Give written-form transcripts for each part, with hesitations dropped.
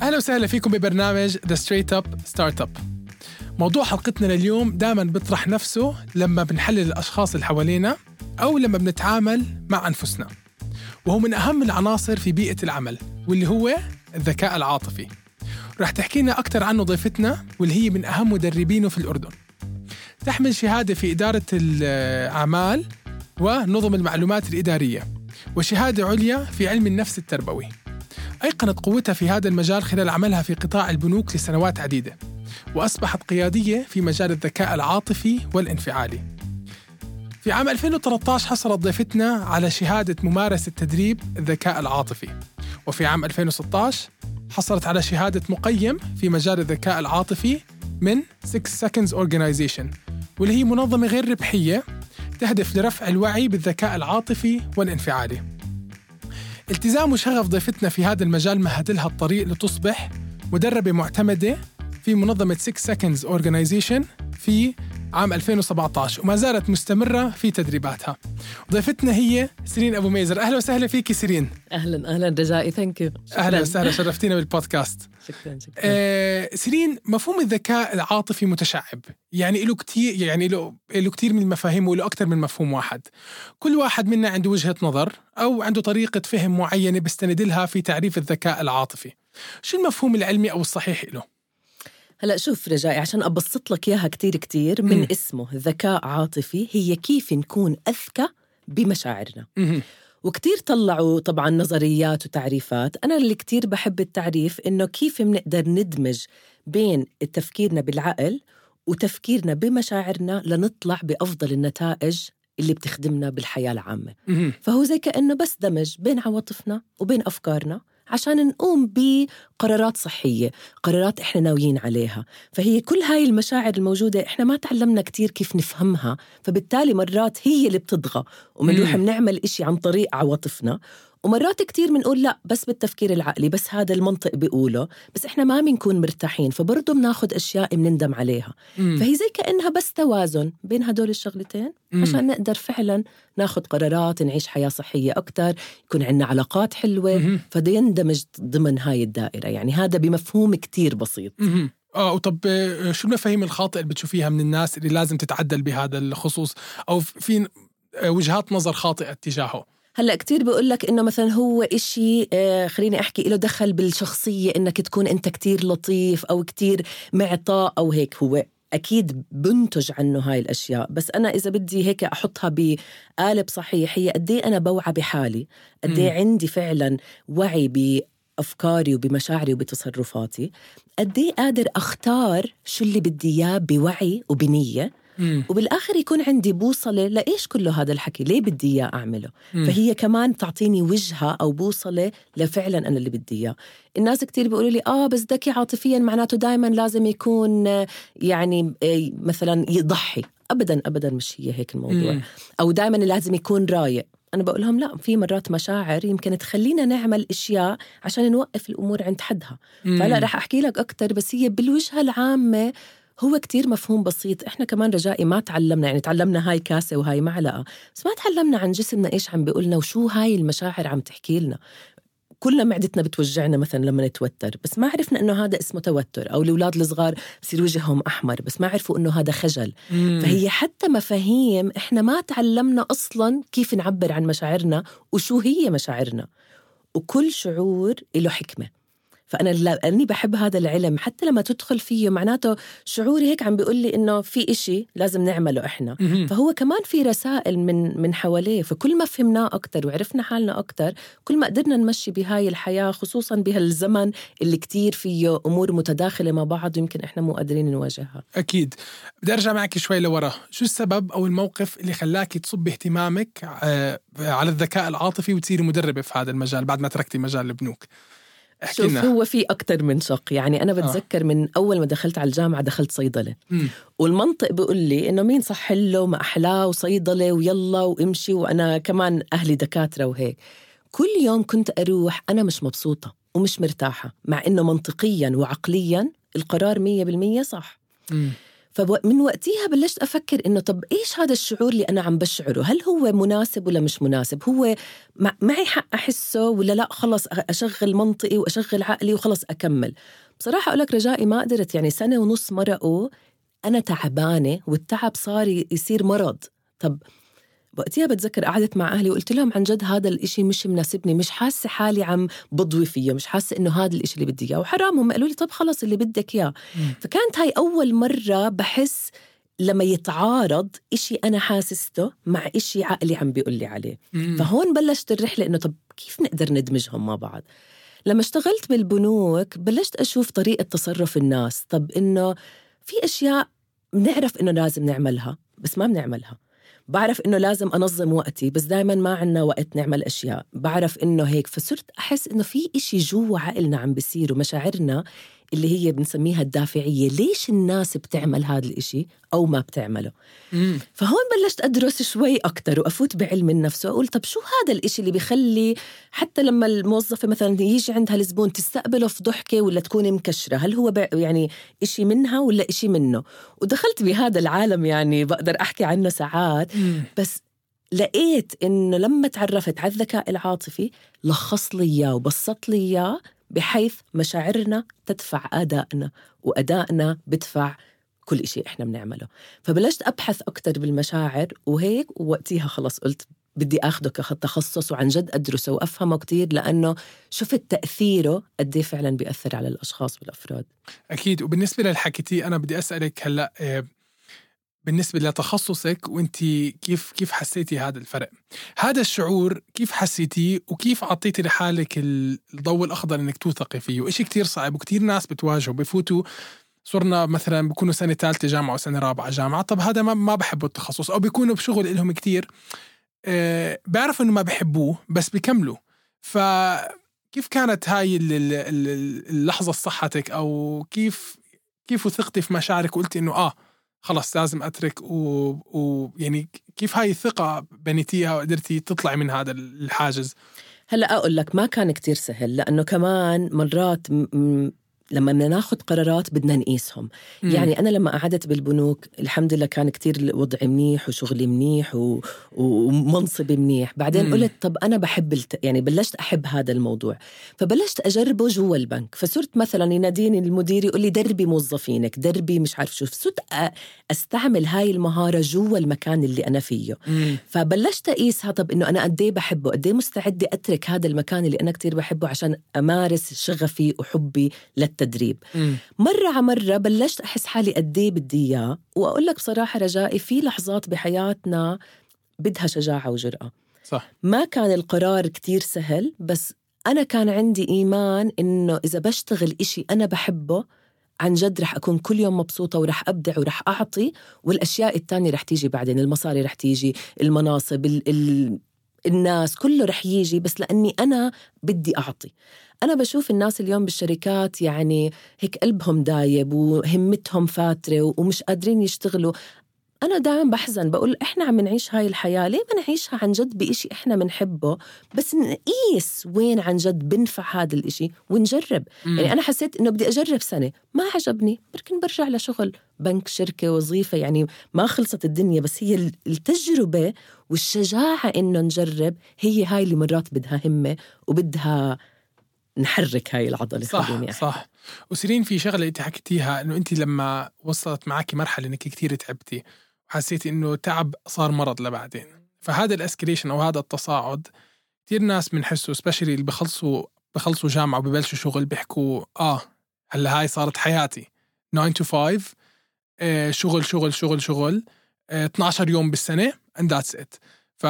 أهلا وسهلا فيكم ببرنامج The Straight Up Startup. موضوع حلقتنا لليوم دائما بيطرح نفسه لما بنحلل الأشخاص اللي حوالينا أو لما بنتعامل مع أنفسنا، وهو من أهم العناصر في بيئة العمل واللي هو الذكاء العاطفي. رح تحكي لنا أكتر عنه ضيفتنا واللي هي من أهم مدربينه في الأردن. تحمل شهادة في إدارة الأعمال ونظم المعلومات الإدارية، وشهادة عليا في علم النفس التربوي. أيقنت قوتها في هذا المجال خلال عملها في قطاع البنوك لسنوات عديدة، وأصبحت قيادية في مجال الذكاء العاطفي والانفعالي. في عام 2013 حصلت ضيفتنا على شهادة ممارسة تدريب الذكاء العاطفي، وفي عام 2016 حصلت على شهادة مقيم في مجال الذكاء العاطفي من 6 Seconds Organization، واللي هي منظمة غير ربحية تهدف لرفع الوعي بالذكاء العاطفي والانفعالي. التزام وشغف ضيفتنا في هذا المجال مهد لها الطريق لتصبح مدربة معتمدة في منظمة 6 Seconds Organization في عام 2017، وما زالت مستمرة في تدريباتها. ضيفتنا هي سيرين أبو ميزر. أهلا وسهلا فيكي سيرين. أهلا رجائي، ثانك يو. أهلا وسهلا، شرفتينا بالبودكاست. شكرا. سيرين، مفهوم الذكاء العاطفي متشعب، يعني له كتير، يعني له كتير من المفاهيم وله أكتر من مفهوم واحد. كل واحد منا عنده وجهة نظر أو عنده طريقة فهم معينة بيستند لها في تعريف الذكاء العاطفي. شو المفهوم العلمي أو الصحيح له؟ هلأ شوف رجائي، عشان أبسط لك إياها كتير من اسمه ذكاء عاطفي، هي كيف نكون أذكى بمشاعرنا. وكتير طلعوا طبعا نظريات وتعريفات. أنا اللي كتير بحب التعريف إنه كيف بنقدر ندمج بين تفكيرنا بالعقل وتفكيرنا بمشاعرنا لنطلع بأفضل النتائج اللي بتخدمنا بالحياة العامة. فهو زي كأنه بس دمج بين عواطفنا وبين أفكارنا عشان نقوم بقرارات صحية، قرارات إحنا ناويين عليها. فهي كل هاي المشاعر الموجودة إحنا ما تعلمنا كتير كيف نفهمها، فبالتالي مرات هي اللي بتطغى ومنروح بنعمل إشي عن طريق عواطفنا، ومرات كتير منقول لا بس بالتفكير العقلي، بس هذا المنطق بيقوله، بس إحنا ما بنكون مرتاحين، فبرضه بناخد أشياء بنندم عليها. فهي زي كأنها بس توازن بين هدول الشغلتين عشان نقدر فعلا ناخد قرارات، نعيش حياة صحية أكتر، يكون عندنا علاقات حلوة. فده يندمج ضمن هاي الدائرة. يعني هذا بمفهوم كتير بسيط. وطب شو المفاهيم الخاطئة اللي بتشوفيها من الناس اللي لازم تتعدل بهذا الخصوص، أو في وجهات نظر خاطئة اتجاهه؟ هلأ كتير بيقولك إنه مثلا هو إشي خليني أحكي إله دخل بالشخصية، إنك تكون أنت كتير لطيف أو كتير معطاء أو هيك. هو أكيد بنتج عنه هاي الأشياء، بس أنا إذا بدي هيك أحطها بقالب صحيح، هي قدي أنا بوعى بحالي، قدي عندي فعلا وعي بأفكاري وبمشاعري وبتصرفاتي، قدي قادر أختار شو اللي بدي إياه بوعي وبنية، وبالآخر يكون عندي بوصلة لإيش كله هذا الحكي، ليه بدي إياه أعمله. فهي كمان تعطيني وجهة أو بوصلة لفعلا أنا اللي بدي إياه. الناس كتير بيقولوا لي بس ذكي عاطفيا معناته دايما لازم يكون يعني مثلا يضحي. أبدا مش هي هيك الموضوع. أو دايما لازم يكون رايق. أنا بقول لهم لا، في مرات مشاعر يمكن تخلينا نعمل إشياء عشان نوقف الأمور عند حدها. فلا رح أحكي لك أكتر، بس هي بالوجهة العامة هو كتير مفهوم بسيط. إحنا كمان رجائي ما تعلمنا، يعني تعلمنا هاي كاسة وهاي معلقة، بس ما تعلمنا عن جسمنا إيش عم بيقولنا وشو هاي المشاعر عم تحكي لنا. كلنا معدتنا بتوجعنا مثلا لما نتوتر، بس ما عرفنا إنه هذا اسمه توتر. أو الأولاد الصغار بصير وجههم أحمر بس ما عرفوا إنه هذا خجل. فهي حتى مفاهيم إحنا ما تعلمنا أصلا كيف نعبر عن مشاعرنا وشو هي مشاعرنا، وكل شعور له حكمة. فأنا لأني بحب هذا العلم، حتى لما تدخل فيه معناته شعوري هيك عم بيقول لي إنه في إشي لازم نعمله إحنا. فهو كمان في رسائل من حواليه. فكل ما فهمناه أكتر وعرفنا حالنا أكتر، كل ما قدرنا نمشي بهاي الحياة، خصوصا بهالزمن اللي كتير فيه أمور متداخلة مع بعض ويمكن إحنا مو قادرين نواجهها. أكيد. بدي أرجع معك شوي لورا. شو السبب أو الموقف اللي خلاكي تصب اهتمامك على الذكاء العاطفي وتصيري مدربة في هذا المجال بعد ما تركتي مجال البنوك؟ شوف، هو في أكتر من شق. يعني أنا بتذكر من أول ما دخلت على الجامعة دخلت صيدلة، والمنطق بيقول لي إنه مين صح له ما أحلاه وصيدلة ويلا وامشي، وأنا كمان أهلي دكاترة وهيك. كل يوم كنت أروح أنا مش مبسوطة ومش مرتاحة، مع إنه منطقيا وعقليا القرار 100% صح. فمن وقتها بلشت أفكر إنه طب إيش هذا الشعور اللي أنا عم بشعره؟ هل هو مناسب ولا مش مناسب؟ هو معي حق أحسه ولا لا؟ خلص أشغل منطقي وأشغل عقلي وخلص أكمل. بصراحة أقولك رجائي ما قدرت، يعني 1.5 سنة مرقوا أنا تعبانة، والتعب صار يصير مرض. طب وقتها بتذكر قعدت مع أهلي وقلت لهم عن جد هذا الإشي مش مناسبني، مش حاسة حالي عم بضوي فيه، مش حاسة إنه هذا الإشي اللي بدي إياه، وحرام هم قالوا لي طب خلص اللي بدك إياه. فكانت هاي أول مرة بحس لما يتعارض إشي أنا حاسسته مع إشي عقلي عم بيقول لي عليه. فهون بلشت الرحلة إنه طب كيف نقدر ندمجهم مع بعض. لما اشتغلت بالبنوك بلشت أشوف طريقة تصرف الناس. طب إنه في أشياء بنعرف إنه لازم نعملها بس ما بنعملها. بعرف إنه لازم أنظم وقتي بس دايماً ما عنا وقت نعمل أشياء. بعرف إنه هيك، فصرت أحس إنه في إشي جوا عقلنا عم بيصير ومشاعرنا اللي هي بنسميها الدافعية. ليش الناس بتعمل هذا الإشي أو ما بتعمله؟ فهون بلشت أدرس شوي أكتر وأفوت بعلم النفس وأقول طب شو هذا الإشي اللي بيخلي حتى لما الموظفة مثلا يجي عندها الزبون تستقبله في ضحكة ولا تكون مكشرة؟ هل هو يعني إشي منها ولا إشي منه؟ ودخلت بهذا العالم، يعني بقدر أحكي عنه ساعات. بس لقيت إنه لما تعرفت على الذكاء العاطفي لخص لي إياه وبسط لي إياه بحيث مشاعرنا تدفع أدائنا وأدائنا بدفع كل إشي إحنا بنعمله. فبلشت أبحث أكتر بالمشاعر وهيك، ووقتها خلص قلت بدي أخده كتخصص وعن جد أدرسه وأفهمه كتير، لأنه شفت تأثيره قديه فعلا بيأثر على الأشخاص والأفراد. أكيد. وبالنسبة للحكيتي أنا بدي أسألك هلأ بالنسبة لتخصصك وانت كيف حسيتي هذا الفرق، هذا الشعور كيف حسيتيه وكيف عطيتي لحالك الضوء الأخضر انك توثقي فيه؟ وإشي كتير صعب وكتير ناس بتواجهه، بفوتوا صرنا مثلا بيكونوا سنة ثالثة جامعة وسنة رابعة جامعة، طب هذا ما بحبوا التخصص، أو بيكونوا بشغل إلهم كتير بيعرفوا إنه ما بحبوه بس بيكملوا. فكيف كانت هاي اللحظة صحتك، أو كيف وثقتي في مشاعرك وقلتي إنه خلاص لازم أترك يعني كيف هاي الثقة بنيتيها وقدرتي تطلعي من هذا الحاجز؟ هلأ أقول لك ما كان كتير سهل، لأنه كمان مرات لما بدنا ناخد قرارات بدنا نقيسهم. يعني أنا لما قعدت بالبنوك الحمد لله كان كتير وضعي منيح وشغلي منيح ومنصبي منيح. بعدين قلت طب أنا بحب يعني بلشت أحب هذا الموضوع، فبلشت أجربه جوا البنك. فصرت مثلا يناديني المدير يقول لي دربي موظفينك، دربي مش عارف شو، صرت أستعمل هاي المهارة جوا المكان اللي أنا فيه. فبلشت أقيسها، طب إنه أنا قديه بحبه، قديه مستعدة أترك هذا المكان اللي أنا كتير بحبه عشان أمارس شغفي وحبي للتدريب. مرة على مرة بلشت أحس حالي قديه بدي إياه. وأقول لك بصراحة رجائي في لحظات بحياتنا بدها شجاعة وجرأة. صح. ما كان القرار كتير سهل، بس أنا كان عندي إيمان إنه إذا بشتغل إشي أنا بحبه عن جد رح أكون كل يوم مبسوطة ورح أبدع ورح أعطي، والأشياء التانية رح تيجي بعدين، المصاري رح تيجي، المناصب، الناس كله رح يجي، بس لأني أنا بدي أعطي. أنا بشوف الناس اليوم بالشركات يعني هيك قلبهم دايب وهمتهم فاترة ومش قادرين يشتغلوا. أنا دائما بحزن بقول إحنا عم نعيش هاي الحياة، ليه ما نعيشها عن جد بإشي إحنا منحبه، بس نقيس وين عن جد بنفع هذا الإشي ونجرب. يعني أنا حسيت إنه بدي أجرب سنة ما عجبني، بركن برجع لشغل بنك، شركة، وظيفة، يعني ما خلصت الدنيا. بس هي التجربة والشجاعة إنه نجرب هي هاي اللي مرات بدها همة وبدها نحرك هاي العضلة. صح. وسيرين في شغلة انت حكيتيها، انه انت لما وصلت معك مرحلة انك كتير تعبتي وحسيتي انه تعب صار مرض لبعدين، فهذا الاسكليشن او هذا التصاعد كتير ناس بنحسه، سبيشلي اللي بخلصوا جامعة وببلشوا شغل بيحكوا هلا هاي صارت حياتي 9 to 5 شغل شغل شغل شغل 12 يوم بالسنة and that's it.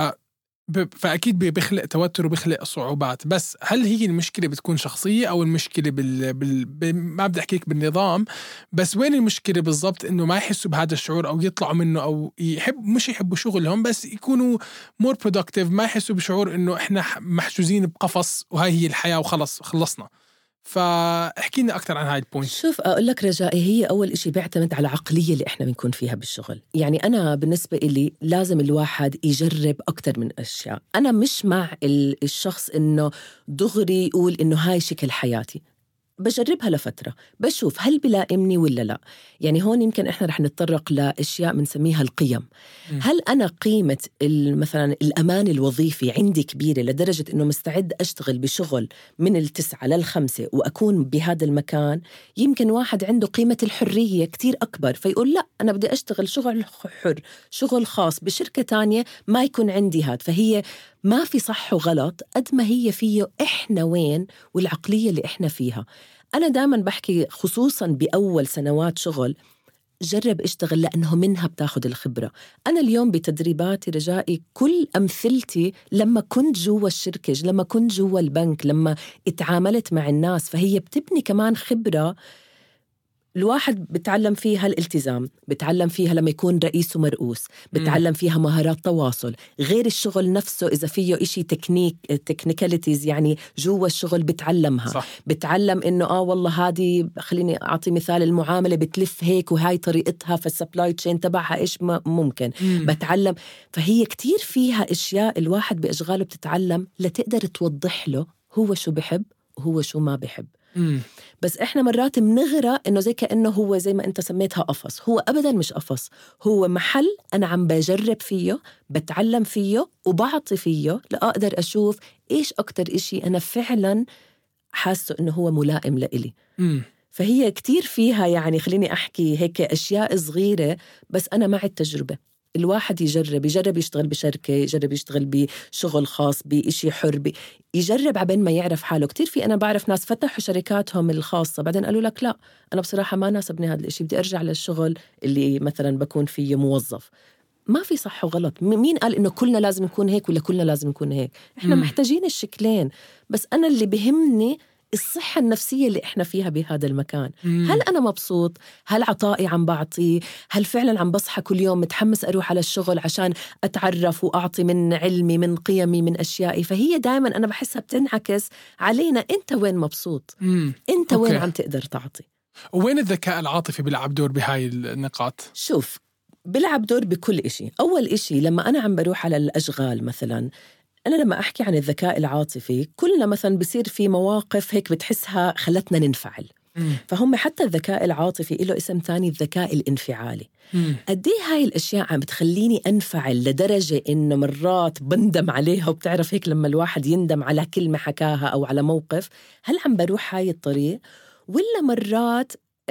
فأكيد بيخلق توتر وبيخلق صعوبات. بس هل هي المشكلة بتكون شخصية أو المشكلة ما بدي أحكيك بالنظام، بس وين المشكلة بالضبط؟ إنه ما يحسوا بهذا الشعور أو يطلعوا منه، أو مش يحبوا شغلهم بس يكونوا more productive، ما يحسوا بشعور إنه إحنا محجوزين بقفص وهاي هي الحياة وخلص خلصنا. فاحكينا أكتر عن هاي البوينت. شوف أقول لك رجائي، هي أول إشي بيعتمد على العقلية اللي إحنا بنكون فيها بالشغل. يعني أنا بالنسبة إلي لازم الواحد يجرب أكتر من أشياء. أنا مش مع الشخص إنه دغري يقول إنه هاي شكل حياتي. بجربها لفترة، بشوف هل بلائمني ولا لا. يعني هون يمكن إحنا رح نتطرق لأشياء بنسميها القيم. هل أنا قيمة مثلا الأمان الوظيفي عندي كبيرة لدرجة إنه مستعد أشتغل بشغل من 9 ل5 وأكون بهذا المكان؟ يمكن واحد عنده قيمة الحرية كتير أكبر، فيقول لا، أنا بدي أشتغل شغل حر، شغل خاص بشركة تانية ما يكون عندي هاد. فهي ما في صح وغلط قد ما هي فيه إحنا وين والعقلية اللي إحنا فيها. أنا دائما بحكي خصوصا بأول سنوات شغل، جرب اشتغل لأنه منها بتاخد الخبرة. أنا اليوم بتدريباتي رجائي كل أمثلتي لما كنت جوا الشركة، لما كنت جوا البنك، لما اتعاملت مع الناس، فهي بتبني كمان خبرة الواحد بتعلم فيها الالتزام، بتعلم فيها لما يكون رئيس ومرؤوس، بتعلم فيها مهارات تواصل، غير الشغل نفسه إذا فيه إشي تكنيكاليتيز يعني جوا الشغل بتعلمها. صح. بتعلم إنه والله هذه، خليني أعطي مثال، المعاملة بتلف هيك وهاي طريقتها، فالسبلاي تشين تبعها إيش ممكن. بتعلم. فهي كتير فيها إشياء الواحد بأشغاله بتتعلم لتقدر توضح له هو شو بحب وهو شو ما بحب. بس إحنا مرات منغرى إنه زي كأنه هو زي ما أنت سميتها قفص. هو أبداً مش قفص، هو محل أنا عم بجرب فيه، بتعلم فيه وبعطي فيه لأقدر أشوف إيش أكتر إشي أنا فعلاً حاسه إنه هو ملائم لإلي. فهي كتير فيها يعني خليني أحكي هيك أشياء صغيرة، بس أنا مع التجربة. الواحد يجرب يشتغل بشركة، يجرب يشتغل بشغل خاص، بإشي حر، يجرب عبين ما يعرف حاله. كتير في أنا بعرف ناس فتحوا شركاتهم الخاصة بعدين قالوا لك لا، أنا بصراحة ما ناسبني هذا الإشي، بدي أرجع للشغل اللي مثلا بكون فيه موظف. ما في صح وغلط. مين قال إنه كلنا لازم نكون هيك ولا كلنا لازم نكون هيك؟ إحنا محتاجين الشكلين. بس أنا اللي بهمني الصحة النفسية اللي إحنا فيها بهذا المكان. هل أنا مبسوط؟ هل عطائي عم بعطي؟ هل فعلا عم بصحى كل يوم متحمس أروح على الشغل عشان أتعرف وأعطي من علمي، من قيمي، من أشيائي؟ فهي دائما أنا بحسها بتنعكس علينا. أنت وين مبسوط؟ أنت وين عم تقدر تعطي؟ وين الذكاء العاطفي بيلعب دور بهاي النقاط؟ شوف، بيلعب دور بكل إشي. أول إشي لما أنا عم بروح على الأشغال مثلا، أنا لما أحكي عن الذكاء العاطفي كلنا مثلا بصير في مواقف هيك بتحسها خلتنا ننفعل. فهم حتى الذكاء العاطفي له اسم تاني، الذكاء الانفعالي. قديه هاي الأشياء عم بتخليني أنفعل لدرجة إنه مرات بندم عليها. وبتعرف هيك لما الواحد يندم على كلمة حكاها أو على موقف، هل عم بروح هاي الطريق ولا مرات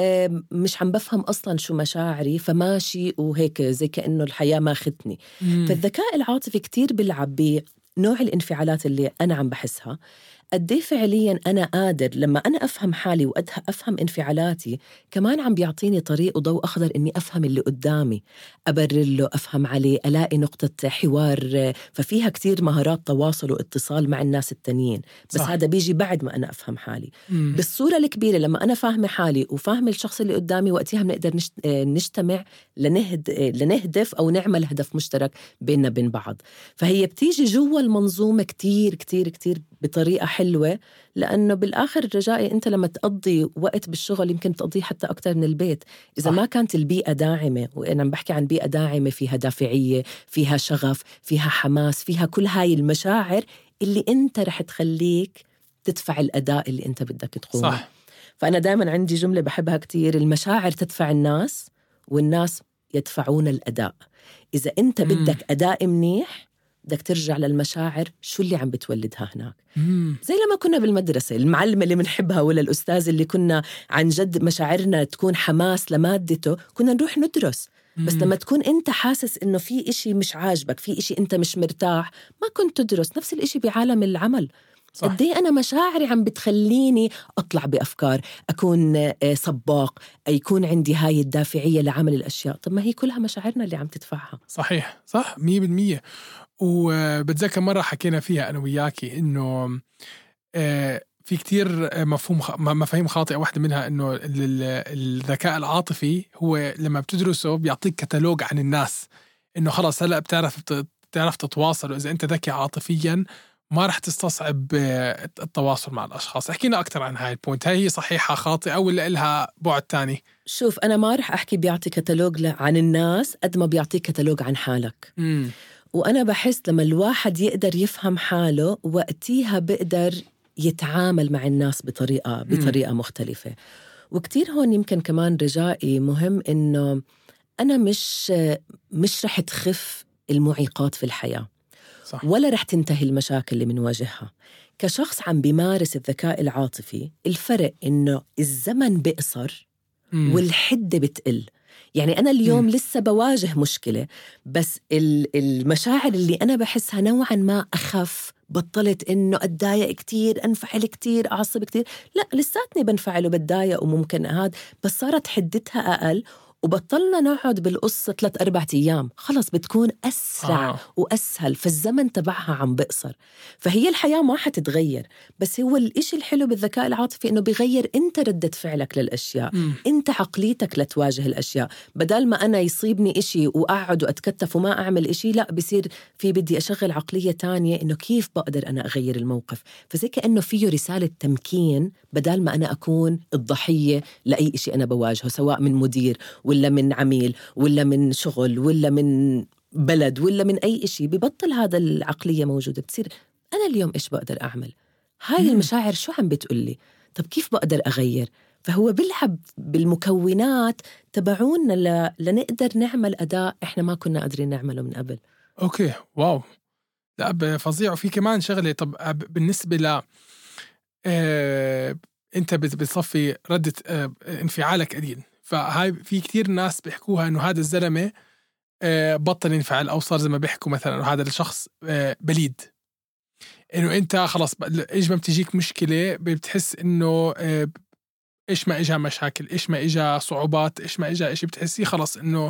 مش عم بفهم أصلاً شو مشاعري فماشي وهيك زي كأنه الحياة ما خدتني. فالذكاء العاطفي كتير بيلعب بنوع الانفعالات اللي أنا عم بحسها. قديه فعلياً أنا قادر لما أنا أفهم حالي وأفهم انفعالاتي، كمان عم بيعطيني طريق وضوء أخضر إني أفهم اللي قدامي، أبرر له، أفهم عليه، ألاقي نقطة حوار. ففيها كتير مهارات تواصل واتصال مع الناس التانيين. بس صح. هذا بيجي بعد ما أنا أفهم حالي. بالصورة الكبيرة لما أنا فاهمة حالي وفاهم الشخص اللي قدامي، وقتها بنقدر نجتمع لنهدف أو نعمل هدف مشترك بيننا بين بعض. فهي بتيجي جوا المنظومة كتير كتير كتير بطريقة حلوة. لأنه بالآخر رجائي أنت لما تقضي وقت بالشغل يمكن تقضيه حتى أكتر من البيت. إذا ما كانت البيئة داعمة، وأنا بحكي عن بيئة داعمة فيها دافعية، فيها شغف، فيها حماس، فيها كل هاي المشاعر اللي أنت رح تخليك تدفع الأداء اللي أنت بدك تقومه. صح. فأنا دائما عندي جملة بحبها كتير، المشاعر تدفع الناس والناس يدفعون الأداء. إذا أنت بدك أداء منيح بدك ترجع للمشاعر شو اللي عم بتولدها هناك. زي لما كنا بالمدرسة، المعلمة اللي بنحبها ولا الأستاذ اللي كنا عن جد مشاعرنا تكون حماس لمادته، كنا نروح ندرس. بس لما تكون أنت حاسس إنه في إشي مش عاجبك، في إشي أنت مش مرتاح، ما كنت تدرس. نفس الإشي بعالم العمل. قديه أنا مشاعري عم بتخليني أطلع بأفكار، أكون سباق، يكون عندي هاي الدافعية لعمل الأشياء. طب ما هي كلها مشاعرنا اللي عم تدفعها. صحيح، صح 100%. وبتذكر مرة حكينا فيها أنا وياكي إنه في كتير مفاهيم خاطئة. واحدة منها إنه الذكاء العاطفي هو لما بتدرسه بيعطيك كتالوج عن الناس، إنه خلاص هلأ بتعرف تتواصل، وإذا أنت ذكي عاطفياً ما رح تستصعب التواصل مع الأشخاص. احكينا أكتر عن هاي البوينت. هاي صحيحة خاطئة ولا إلها بعد تاني؟ شوف، أنا ما رح أحكي بيعطي كتالوج عن الناس قد ما بيعطي كتالوج عن حالك. وأنا بحس لما الواحد يقدر يفهم حاله وقتيها بقدر يتعامل مع الناس بطريقة مختلفة. وكتير هون يمكن كمان رجائي مهم إنه أنا مش رح تخف المعيقات في الحياة، صح. ولا رح تنتهي المشاكل اللي منواجهها. كشخص عم بيمارس الذكاء العاطفي، الفرق إنه الزمن بيقصر والحدة بتقل. يعني أنا اليوم لسه بواجه مشكلة، بس المشاعر اللي أنا بحسها نوعا ما أخف. بطلت إنه أتضايق كتير، أنفعل كتير، أعصب كتير، لا لساتني بنفعل وبتضايق وممكن بس صارت حدتها أقل. وبطلنا نقعد بالقصة 3-4 أيام، خلص بتكون أسرع وأسهل، فالزمن تبعها عم بقصر. فهي الحياة ما حتتغير، بس هو الإشي الحلو بالذكاء العاطفي إنه بيغير أنت ردة فعلك للأشياء، أنت عقليتك لتواجه الأشياء. بدل ما أنا يصيبني إشي وأقعد وأتكتف وما أعمل إشي، لا بصير في بدي أشغل عقلية تانية إنه كيف بقدر أنا أغير الموقف. فزي كأنه فيه رسالة تمكين، بدل ما أنا أكون الضحية لأي إشي أنا بواجهه، سواء من مدير ولا من عميل ولا من شغل ولا من بلد ولا من أي إشي. ببطل هذا العقلية موجودة، بتصير أنا اليوم إيش بقدر أعمل؟ هاي المشاعر شو عم بتقولي؟ طب كيف بقدر أغير؟ فهو بيلعب بالمكونات تبعونا لنقدر نعمل أداء إحنا ما كنا قادرين نعمله من قبل. أوكي، واو، لا فظيع. وفي كمان شغلة، طب بالنسبة ل أنت بتصفي ردة انفعالك قليل، فهاي في كتير ناس بيحكوها إنه هذا الزلمة بطل ينفعل، أو صار زي ما بيحكوا مثلا هذا الشخص بليد. إنه أنت خلاص إيش ما بتجيك مشكلة بتحس إنه إيش ما إجا مشاكل، إيش ما إجا صعوبات، إيش ما إجا إشي بتحسيه خلاص إنه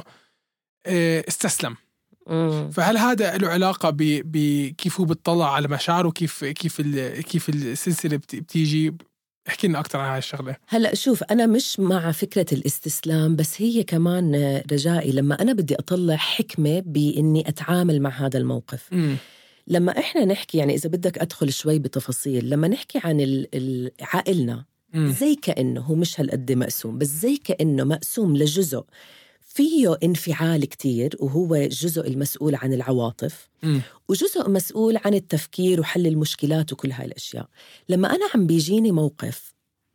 استسلم. فهل هذا له علاقة بكيف هو بتطلع على مشاعره، كيف السلسلة بتيجي؟ احكي لنا أكتر عن هاي الشغلة. هلأ شوف، أنا مش مع فكرة الاستسلام، بس هي كمان رجائي لما أنا بدي أطلع حكمة بإني أتعامل مع هذا الموقف. لما إحنا نحكي، يعني إذا بدك أدخل شوي بتفاصيل، لما نحكي عن عائلنا زي كأنه هو مش هالقد مقسوم، بس زي كأنه مقسوم لجزء فيه انفعال كتير، وهو جزء المسؤول عن العواطف، وجزء مسؤول عن التفكير وحل المشكلات وكل هاي الأشياء. لما أنا عم بيجيني موقف،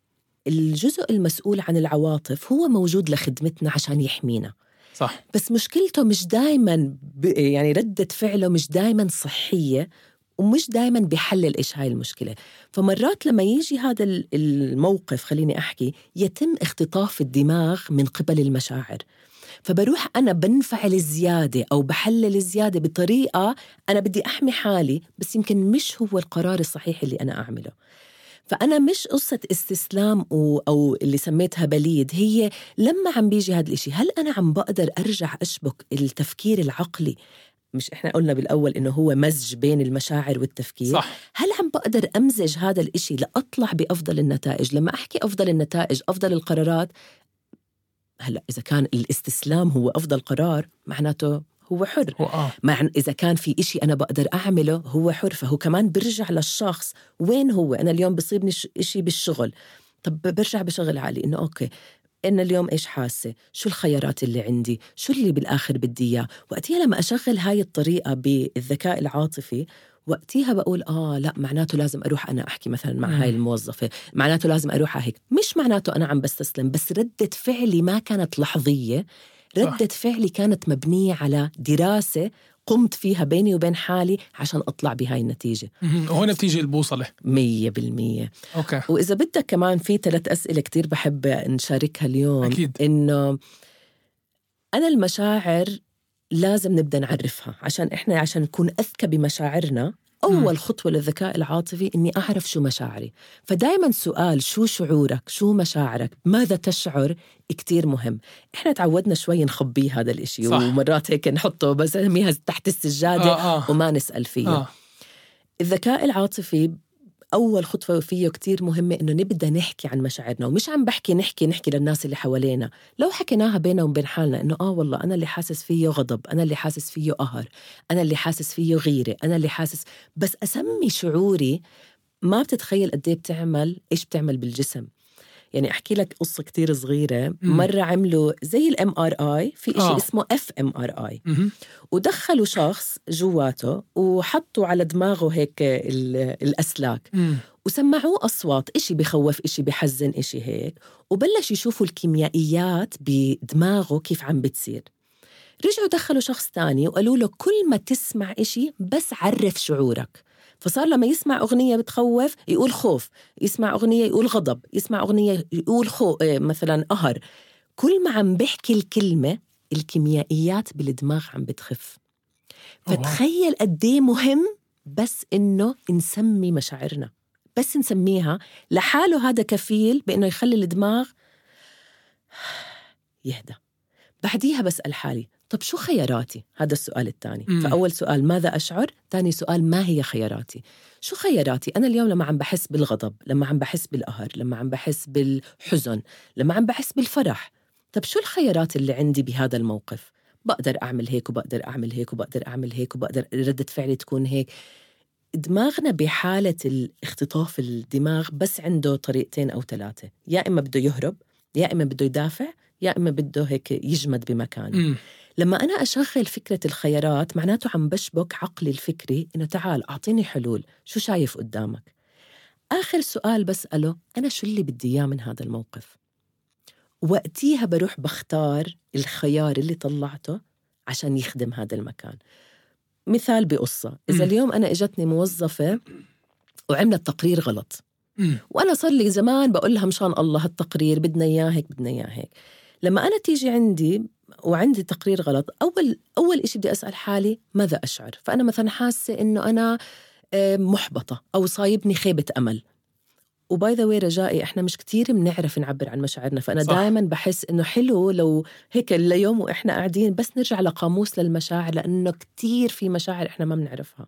الجزء المسؤول عن العواطف هو موجود لخدمتنا عشان يحمينا، صح. بس مشكلته مش دايما يعني ردة فعله مش دايما صحية، ومش دايما بيحلل إيش هاي المشكلة. فمرات لما يجي هذا الموقف، خليني أحكي، يتم اختطاف الدماغ من قبل المشاعر، فبروح أنا بنفعل زيادة أو بحلل زيادة بطريقة أنا بدي أحمي حالي، بس يمكن مش هو القرار الصحيح اللي أنا أعمله. فأنا مش قصة استسلام أو اللي سميتها بليد، هي لما عم بيجي هذا الإشي، هل أنا عم بقدر أرجع أشبك التفكير العقلي؟ مش إحنا قلنا بالأول إنه هو مزج بين المشاعر والتفكير، صح. هل عم بقدر أمزج هذا الإشي لأطلع بأفضل النتائج؟ لما أحكي أفضل النتائج، أفضل القرارات، هلأ إذا كان الاستسلام هو أفضل قرار، معناته هو حر. إذا كان في إشي أنا بقدر أعمله، هو حر. فهو كمان برجع للشخص وين هو. أنا اليوم بصيبني إشي بالشغل، طب برجع بشغل عالي إنه أوكي، إن اليوم إيش حاسة، شو الخيارات اللي عندي، شو اللي بالآخر بدي إياه. وقتها لما أشغل هاي الطريقة بالذكاء العاطفي، وقتها بقول لا، معناته لازم أروح أنا أحكي مثلا مع هاي الموظفة، معناته لازم أروح هيك. مش معناته أنا عم بستسلم، بس ردة فعلي ما كانت لحظية، ردة فعلي كانت مبنية على دراسة قمت فيها بيني وبين حالي عشان أطلع بهاي النتيجة. وهنا بتيجي البوصلة 100%. أوكي. وإذا بدك كمان في 3 أسئلة كتير بحب نشاركها اليوم. أكيد. إنه أنا المشاعر لازم نبدأ نعرفها، عشان نكون أذكى بمشاعرنا. أول خطوة للذكاء العاطفي إني أعرف شو مشاعري. فدايما سؤال شو شعورك، شو مشاعرك، ماذا تشعر، كتير مهم. إحنا تعودنا شوي نخبيه هذا الإشي، ومرات هيك نحطه بس تحت السجادة وما نسأل فيه. الذكاء العاطفي أول خطوة فيه كتير مهمة إنه نبدأ نحكي عن مشاعرنا، ومش عم نحكي للناس اللي حوالينا. لو حكيناها بينا وبين حالنا إنه والله أنا اللي حاسس فيه غضب، أنا اللي حاسس فيه قهر، أنا اللي حاسس فيه غيرة، أنا اللي حاسس، بس أسمي شعوري، ما بتتخيل قد إيه إيش بتعمل بالجسم. يعني أحكي لك قصة كتير صغيرة. مرة عملوا زي الMRI، في إشي اسمه fMRI، ودخلوا شخص جواته وحطوا على دماغه هيك الأسلاك، وسمعوه أصوات، إشي بخوف إشي بحزن إشي هيك، وبلش يشوفوا الكيميائيات بدماغه كيف عم بتصير. رجعوا دخلوا شخص تاني وقالوا له كل ما تسمع إشي بس عرف شعورك. فصار لما يسمع أغنية بتخوف يقول خوف، يسمع أغنية يقول غضب، يسمع أغنية يقول مثلا قهر. كل ما عم بحكي الكلمة الكيميائيات بالدماغ عم بتخف. فتخيل قديه مهم بس إنه نسمي مشاعرنا، بس نسميها لحاله، هذا كفيل بإنه يخلي الدماغ يهدى. بعديها بسأل حالي طب شو خياراتي؟ هذا السؤال الثاني. فأول سؤال ماذا أشعر؟ ثاني سؤال ما هي خياراتي؟ شو خياراتي؟ أنا اليوم لما عم بحس بالغضب، لما عم بحس بالقهر، لما عم بحس بالحزن، لما عم بحس بالفرح، طب شو الخيارات اللي عندي بهذا الموقف؟ بقدر أعمل هيك وبقدر أعمل هيك وبقدر أعمل هيك وبقدر ردة فعلي تكون هيك. دماغنا بحالة الاختطاف الدماغ بس عنده طريقتين أو ثلاثة، يا إما بده يهرب، يا إما بده يدافع، يا إما بده هيك يجمد بمكانه. لما أنا أشغل فكرة الخيارات معناته عم بشبك عقلي الفكري إنه تعال أعطيني حلول، شو شايف قدامك؟ آخر سؤال بسأله أنا شو اللي بدي إياه من هذا الموقف؟ وقتيها بروح بختار الخيار اللي طلعته عشان يخدم هذا المكان. مثال بقصة، إذا اليوم أنا إجتني موظفة وعملت تقرير غلط، وأنا صار لي زمان بقول لها مشان الله هالتقرير بدنا إياه هيك بدنا إياه هيك، لما أنا تيجي عندي وعندي تقرير غلط، أول إشي بدي أسأل حالي ماذا أشعر؟ فأنا مثلا حاسة إنه أنا محبطة أو صايبني خيبة أمل. وباي ذا واي رجائي إحنا مش كتير بنعرف نعبر عن مشاعرنا، فأنا دائما بحس إنه حلو لو هيك اليوم وإحنا قاعدين بس نرجع لقاموس للمشاعر، لأنه كتير في مشاعر إحنا ما بنعرفها.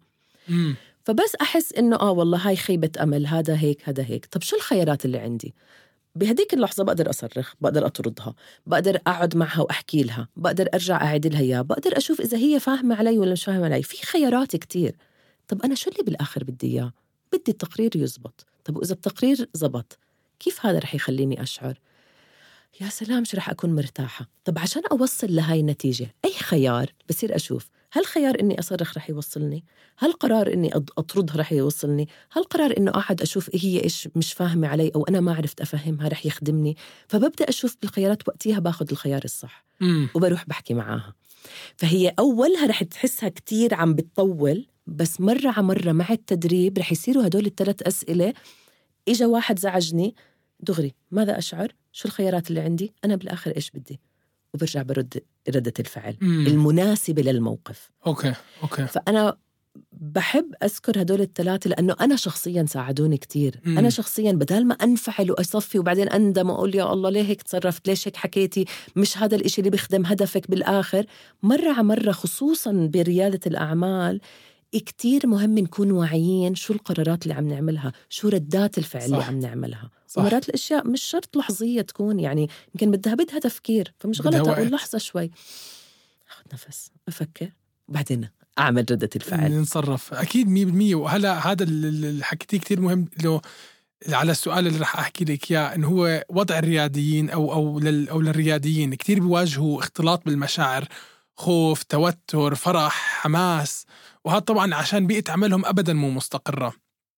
فبس أحس إنه والله هاي خيبة أمل، هذا هيك هذا هيك. طب شو الخيارات اللي عندي؟ بهديك اللحظة بقدر أصرخ، بقدر أطردها، بقدر أقعد معها وأحكي لها، بقدر أرجع أعيد لها إياه، بقدر أشوف إذا هي فاهمة علي ولا مش فاهمة علي. في خيارات كتير. طب أنا شو اللي بالآخر بدي إياه؟ بدي التقرير يزبط. طب وإذا التقرير زبط كيف هذا رح يخليني أشعر؟ يا سلام شو رح أكون مرتاحة. طب عشان أوصل لهاي النتيجة أي خيار بصير أشوف، هل خيار إني أصرخ رح يوصلني؟ هل قرار إني أطردها رح يوصلني؟ هل قرار إنه أقعد أشوف هي إيش مش فاهمة علي أو أنا ما عرفت أفهمها رح يخدمني؟ فببدأ أشوف بالخيارات، وقتها باخد الخيار الصح وبروح بحكي معاها. فهي أولها رح تحسها كتير عم بتطول، بس مرة على مرة مع التدريب رح يصيروا هدول الثلاث أسئلة. إجا واحد زعجني دغري ماذا أشعر؟ شو الخيارات اللي عندي؟ أنا بالآخر إيش بدي؟ وبرجع برد ردة الفعل المناسبة للموقف. أوكي. فأنا بحب أذكر هدول الثلاثة لأنه أنا شخصياً ساعدوني كتير. أنا شخصياً بدال ما أنفعل وأصفي وبعدين أندم وأقول يا الله ليه هيك تصرفت، ليش هيك حكيتي، مش هذا الإشي اللي بيخدم هدفك بالآخر. مرة على مرة خصوصاً بريادة الأعمال كتير مهم نكون واعيين شو القرارات اللي عم نعملها، شو ردات الفعل اللي عم نعملها. ومرات الأشياء مش شرط لحظية تكون، يعني يمكن بدها تفكير، فمش غلط أقول لحظة شوي أخذ نفس أفكر وبعدين أعمل ردة الفعل نتصرف. أكيد 100%. وهلا هذا اللي حكيتيه كتير مهم له على السؤال اللي رح أحكي لك إياه، إنه هو وضع الرياديين أو للرياديين كتير بيواجهوا اختلاط بالمشاعر، خوف، توتر، فرح، حماس، وهذا طبعا عشان بيئة عملهم أبدا مو مستقرة.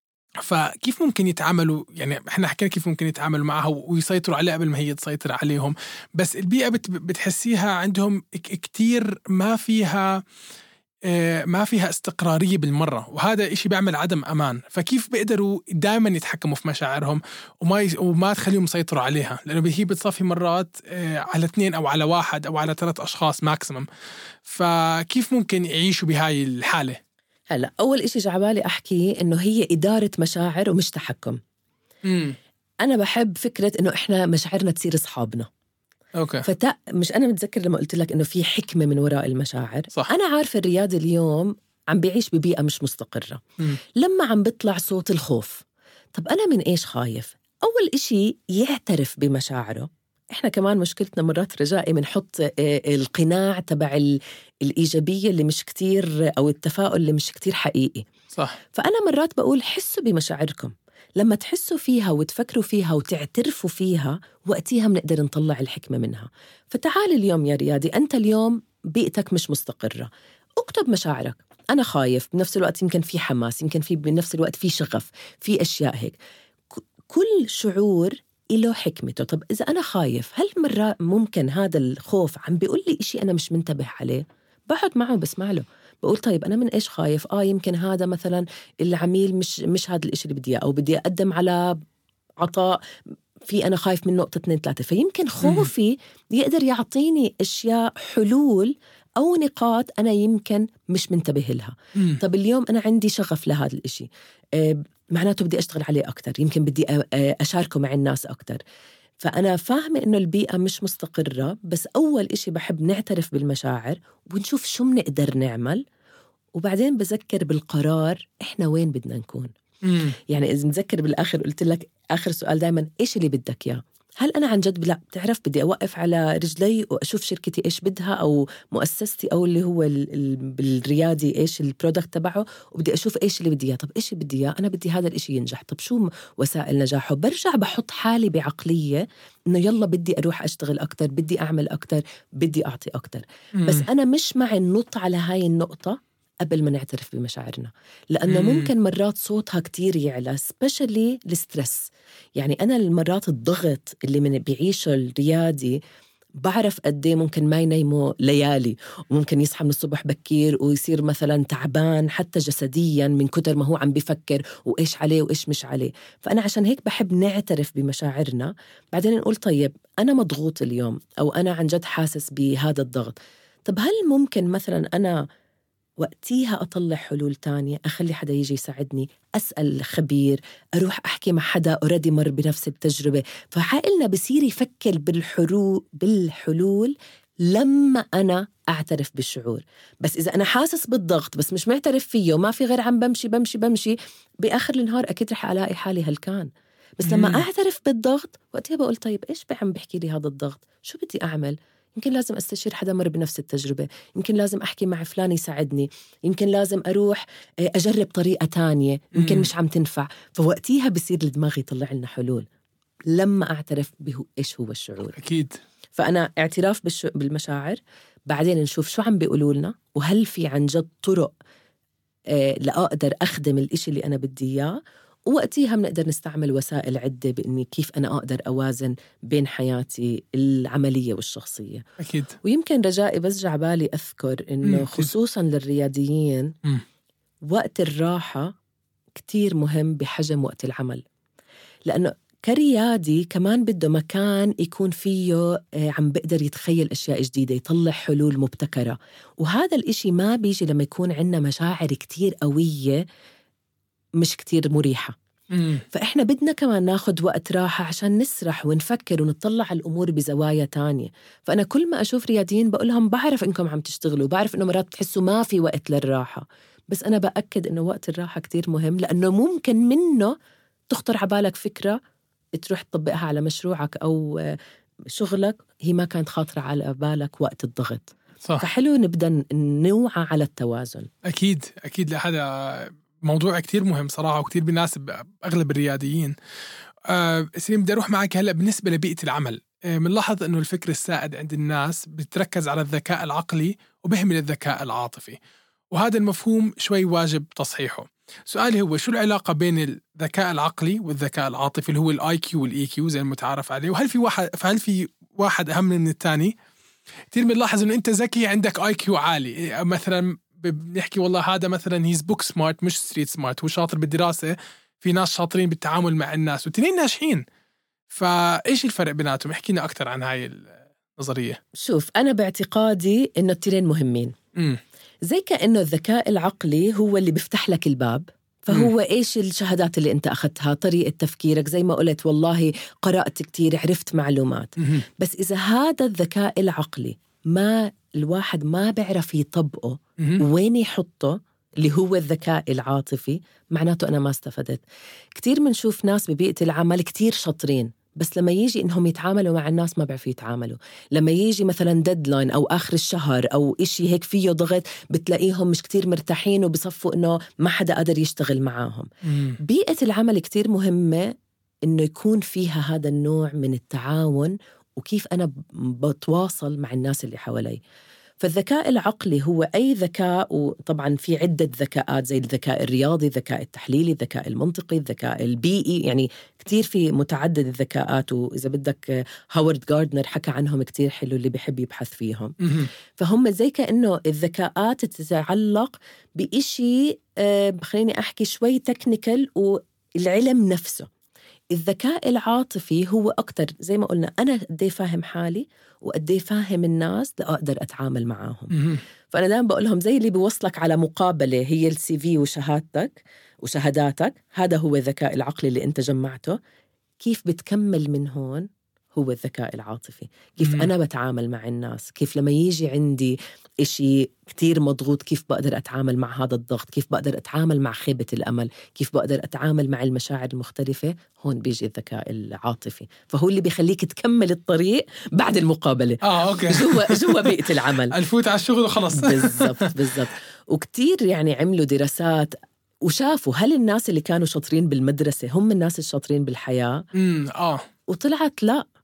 فكيف ممكن يتعاملوا؟ يعني احنا حكينا كيف ممكن يتعاملوا معها ويسيطروا عليها قبل ما هي تسيطر عليهم، بس البيئة بتحسيها عندهم كتير ما فيها استقرارية بالمرة، وهذا إشي بيعمل عدم أمان. فكيف بيقدروا دائما يتحكموا في مشاعرهم وما تخليهم يسيطروا عليها؟ لأنه هي بتصفي مرات على 2 أو على 1 أو على 3 أشخاص ماكسيمم. فكيف ممكن يعيشوا بهاي الحالة؟ هلأ أول إشي جعبالي أحكي إنه هي إدارة مشاعر ومش تحكم. أنا بحب فكرة إنه إحنا مشاعرنا تصير أصحابنا. أوكي. مش أنا متذكر لما قلت لك إنه في حكمة من وراء المشاعر. صح. أنا عارفة الرياضي اليوم عم بيعيش ببيئة مش مستقرة. لما عم بيطلع صوت الخوف، طب أنا من إيش خايف؟ أول إشي يعترف بمشاعره. إحنا كمان مشكلتنا مرات رجائي بنحط القناع تبع الإيجابية اللي مش كتير أو التفاؤل اللي مش كتير حقيقي. صح. فأنا مرات بقول حسوا بمشاعركم، لما تحسوا فيها وتفكروا فيها وتعترفوا فيها، وقتها بنقدر نطلع الحكمة منها. فتعال اليوم يا ريادي، أنت اليوم بيئتك مش مستقرة، اكتب مشاعرك. أنا خايف، بنفس الوقت يمكن في حماس، يمكن في بنفس الوقت في شغف، في أشياء هيك. كل شعور له حكمته. طب إذا أنا خايف، هل مرة ممكن هذا الخوف عم بيقول لي إشي أنا مش منتبه عليه؟ بقعد معه بسمع له، بقول طيب أنا من إيش خايف؟ يمكن هذا مثلا العميل مش هذا الإشي اللي بدي إياه، أو بدي أقدم على عطاء في أنا خايف من نقطة 2 3. فيمكن خوفي يقدر يعطيني أشياء، حلول أو نقاط أنا يمكن مش منتبه لها. طب اليوم أنا عندي شغف لهذا الإشي، معناته بدي أشتغل عليه أكتر، يمكن بدي أشاركه مع الناس أكتر. فأنا فاهمة إنه البيئة مش مستقرة، بس أول إشي بحب نعترف بالمشاعر ونشوف شو بنقدر نعمل، وبعدين بذكر بالقرار إحنا وين بدنا نكون. يعني إذا نذكر بالآخر، قلت لك آخر سؤال دايما إيش اللي بدك إياه؟ هل أنا عن جد لا بتعرف بدي أوقف على رجلي وأشوف شركتي إيش بدها، أو مؤسستي، أو اللي هو بالريادي إيش البرودكت تبعه، وبدي أشوف إيش اللي بدي إياه. طب إيش بدي إياه؟ أنا بدي هذا الإشي ينجح. طب شو وسائل نجاحه؟ برجع بحط حالي بعقلية إنه يلا بدي أروح أشتغل أكتر، بدي أعمل أكتر، بدي أعطي أكتر. بس أنا مش مع النط على هاي النقطة قبل ما نعترف بمشاعرنا، لأنه ممكن مرات صوتها كتير يعلى، سبيشالي السترس. يعني أنا المرات الضغط اللي من بيعيشه الريادي بعرف قديه ممكن ما ينيموا ليالي، وممكن يصحى من الصبح بكير ويصير مثلا تعبان حتى جسديا من كتر ما هو عم بيفكر وإيش عليه وإيش مش عليه. فأنا عشان هيك بحب نعترف بمشاعرنا، بعدين نقول طيب أنا مضغوط اليوم، أو أنا عن جد حاسس بهذا الضغط. طب هل ممكن مثلا أنا وقتيها أطلع حلول تانية، أخلي حدا يجي يساعدني، أسأل خبير، أروح أحكي مع حدا أوريدي مر بنفس التجربة. فعقلنا بصير يفكر بالحلول لما أنا أعترف بالشعور. بس إذا أنا حاسس بالضغط بس مش معترف فيه وما في غير عم بمشي بآخر النهار أكيد رح ألاقي حالي هلكان. بس لما أعترف بالضغط وقتها بقول طيب إيش عم بحكي لي هذا الضغط؟ شو بدي أعمل؟ يمكن لازم أستشير حدا مر بنفس التجربة، يمكن لازم أحكي مع فلان يساعدني، يمكن لازم أروح أجرب طريقة تانية، يمكن مش عم تنفع. فوقتيها بصير الدماغ يطلع لنا حلول لما أعترف إيش هو الشعور. أكيد. فأنا اعتراف بالمشاعر، بعدين نشوف شو عم بيقولوا لنا، وهل في عن جد طرق لأقدر أخدم الإشي اللي أنا بدي إياه. ووقتيها بنقدر نستعمل وسائل عدة بإني كيف أنا أقدر أوازن بين حياتي العملية والشخصية. أكيد. ويمكن رجائي بس جعبالي أذكر إنه خصوصاً للرياديين وقت الراحة كتير مهم بحجم وقت العمل، لأنه كريادي كمان بده مكان يكون فيه عم بقدر يتخيل أشياء جديدة، يطلع حلول مبتكرة. وهذا الإشي ما بيجي لما يكون عندنا مشاعر كتير قوية مش كتير مريحة. فإحنا بدنا كمان ناخد وقت راحة عشان نسرح ونفكر ونطلع على الأمور بزوايا تانية. فأنا كل ما أشوف رياديين بقولهم بعرف إنكم عم تشتغلوا، بعرف إنه مرات بتحسوا ما في وقت للراحة، بس أنا بأكد إنه وقت الراحة كتير مهم، لأنه ممكن منه تخطر عبالك فكرة تروح تطبقها على مشروعك أو شغلك هي ما كانت خاطرة على بالك وقت الضغط. صح. فحلو نبدأ نوعى على التوازن. أكيد أكيد، هذا موضوع كتير مهم صراحة وكتير بيناسب أغلب الرياديين. سليم، بدي أروح معك هلأ بالنسبة لبيئة العمل. بنلاحظ أنه الفكر السائد عند الناس بتركز على الذكاء العقلي وبهمل الذكاء العاطفي، وهذا المفهوم شوي واجب تصحيحه. سؤالي هو شو العلاقة بين الذكاء العقلي والذكاء العاطفي اللي هو الآي كيو والإي كيو زي المتعارف عليه، وهل في واحد أهم من الثاني؟ كتير بنلاحظ إنه أنت ذكي عندك آي كيو عالي، مثلا بنحكي والله هذا مثلا هيز بوك سمارت مش ستريت سمارت، هو شاطر بالدراسة، في ناس شاطرين بالتعامل مع الناس والتنين ناجحين. فإيش الفرق بيناتهم؟ احكينا أكتر عن هاي النظرية. شوف، أنا باعتقادي إنه التنين مهمين. زي كأنه الذكاء العقلي هو اللي بيفتح لك الباب، فهو إيش الشهادات اللي أنت أخذتها، طريقة تفكيرك، زي ما قلت والله قرأت كتير، عرفت معلومات. بس إذا هذا الذكاء العقلي ما الواحد ما بيعرف يطبقه وين يحطه اللي هو الذكاء العاطفي، معناته أنا ما استفدت. كتير منشوف ناس ببيئة العمل كتير شاطرين بس لما يجي إنهم يتعاملوا مع الناس ما بيعرفوا يتعاملوا. لما يجي مثلا ديدلاين أو آخر الشهر أو إشي هيك فيه ضغط، بتلاقيهم مش كتير مرتاحين وبصفوا إنه ما حدا قادر يشتغل معاهم. بيئة العمل كتير مهمة إنه يكون فيها هذا النوع من التعاون، وكيف أنا بتواصل مع الناس اللي حوالي. فالذكاء العقلي هو أي ذكاء، وطبعا في عدة ذكاءات زي الذكاء الرياضي، الذكاء التحليلي، الذكاء المنطقي، الذكاء البيئي، يعني كتير في متعدد الذكاءات. وإذا بدك هاورد غاردنر حكى عنهم كتير حلو اللي بيحب يبحث فيهم. فهم زي كأنه الذكاءات تتعلق بإشي خليني أحكي شوي تكنيكال، والعلم نفسه. الذكاء العاطفي هو أكتر زي ما قلنا أنا قدي فاهم حالي وقدي فاهم الناس لأقدر أتعامل معاهم. فأنا دائما بقولهم زي اللي بيوصلك على مقابلة هي الCV وشهادتك وشهاداتك، هذا هو الذكاء العقلي اللي أنت جمعته. كيف بتكمل من هون هو الذكاء العاطفي، كيف أنا بتعامل مع الناس، كيف لما يجي عندي إشي كتير مضغوط كيف بقدر أتعامل مع هذا الضغط، كيف بقدر أتعامل مع خيبة الأمل، كيف بقدر أتعامل مع المشاعر المختلفة. هون بيجي الذكاء العاطفي، فهو اللي بيخليك تكمل الطريق بعد المقابلة. أوكي. جوا بيئة العمل. الفوت على الشغل وخلص. بالضبط. وكتير يعني عملوا دراسات وشافوا هل الناس اللي كانوا شاطرين بالمدرسة هم الناس الشاطرين بالحياة. وطلعت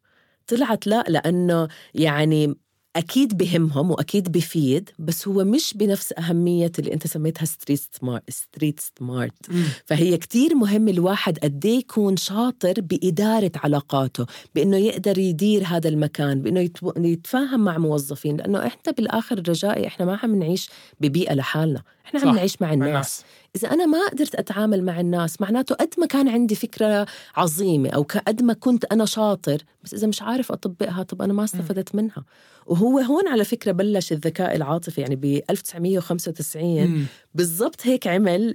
لا، لأنه يعني أكيد بهمهم وأكيد بفيد، بس هو مش بنفس أهمية اللي أنت سميتها ستريت سمارت. فهي كتير مهم الواحد قد ايه يكون شاطر بإدارة علاقاته، بأنه يقدر يدير هذا المكان، بأنه يتفاهم مع موظفين، لأنه إحنا بالآخر رجائي إحنا ما عم نعيش ببيئة لحالنا، إحنا عم نعيش مع الناس. إذا أنا ما قدرت أتعامل مع الناس معناته قد ما كان عندي فكرة عظيمة أو قد ما كنت أنا شاطر، بس إذا مش عارف أطبقها طب أنا ما استفدت منها. وهو هون على فكرة بلش الذكاء العاطفي، يعني ب 1995 بالضبط هيك عمل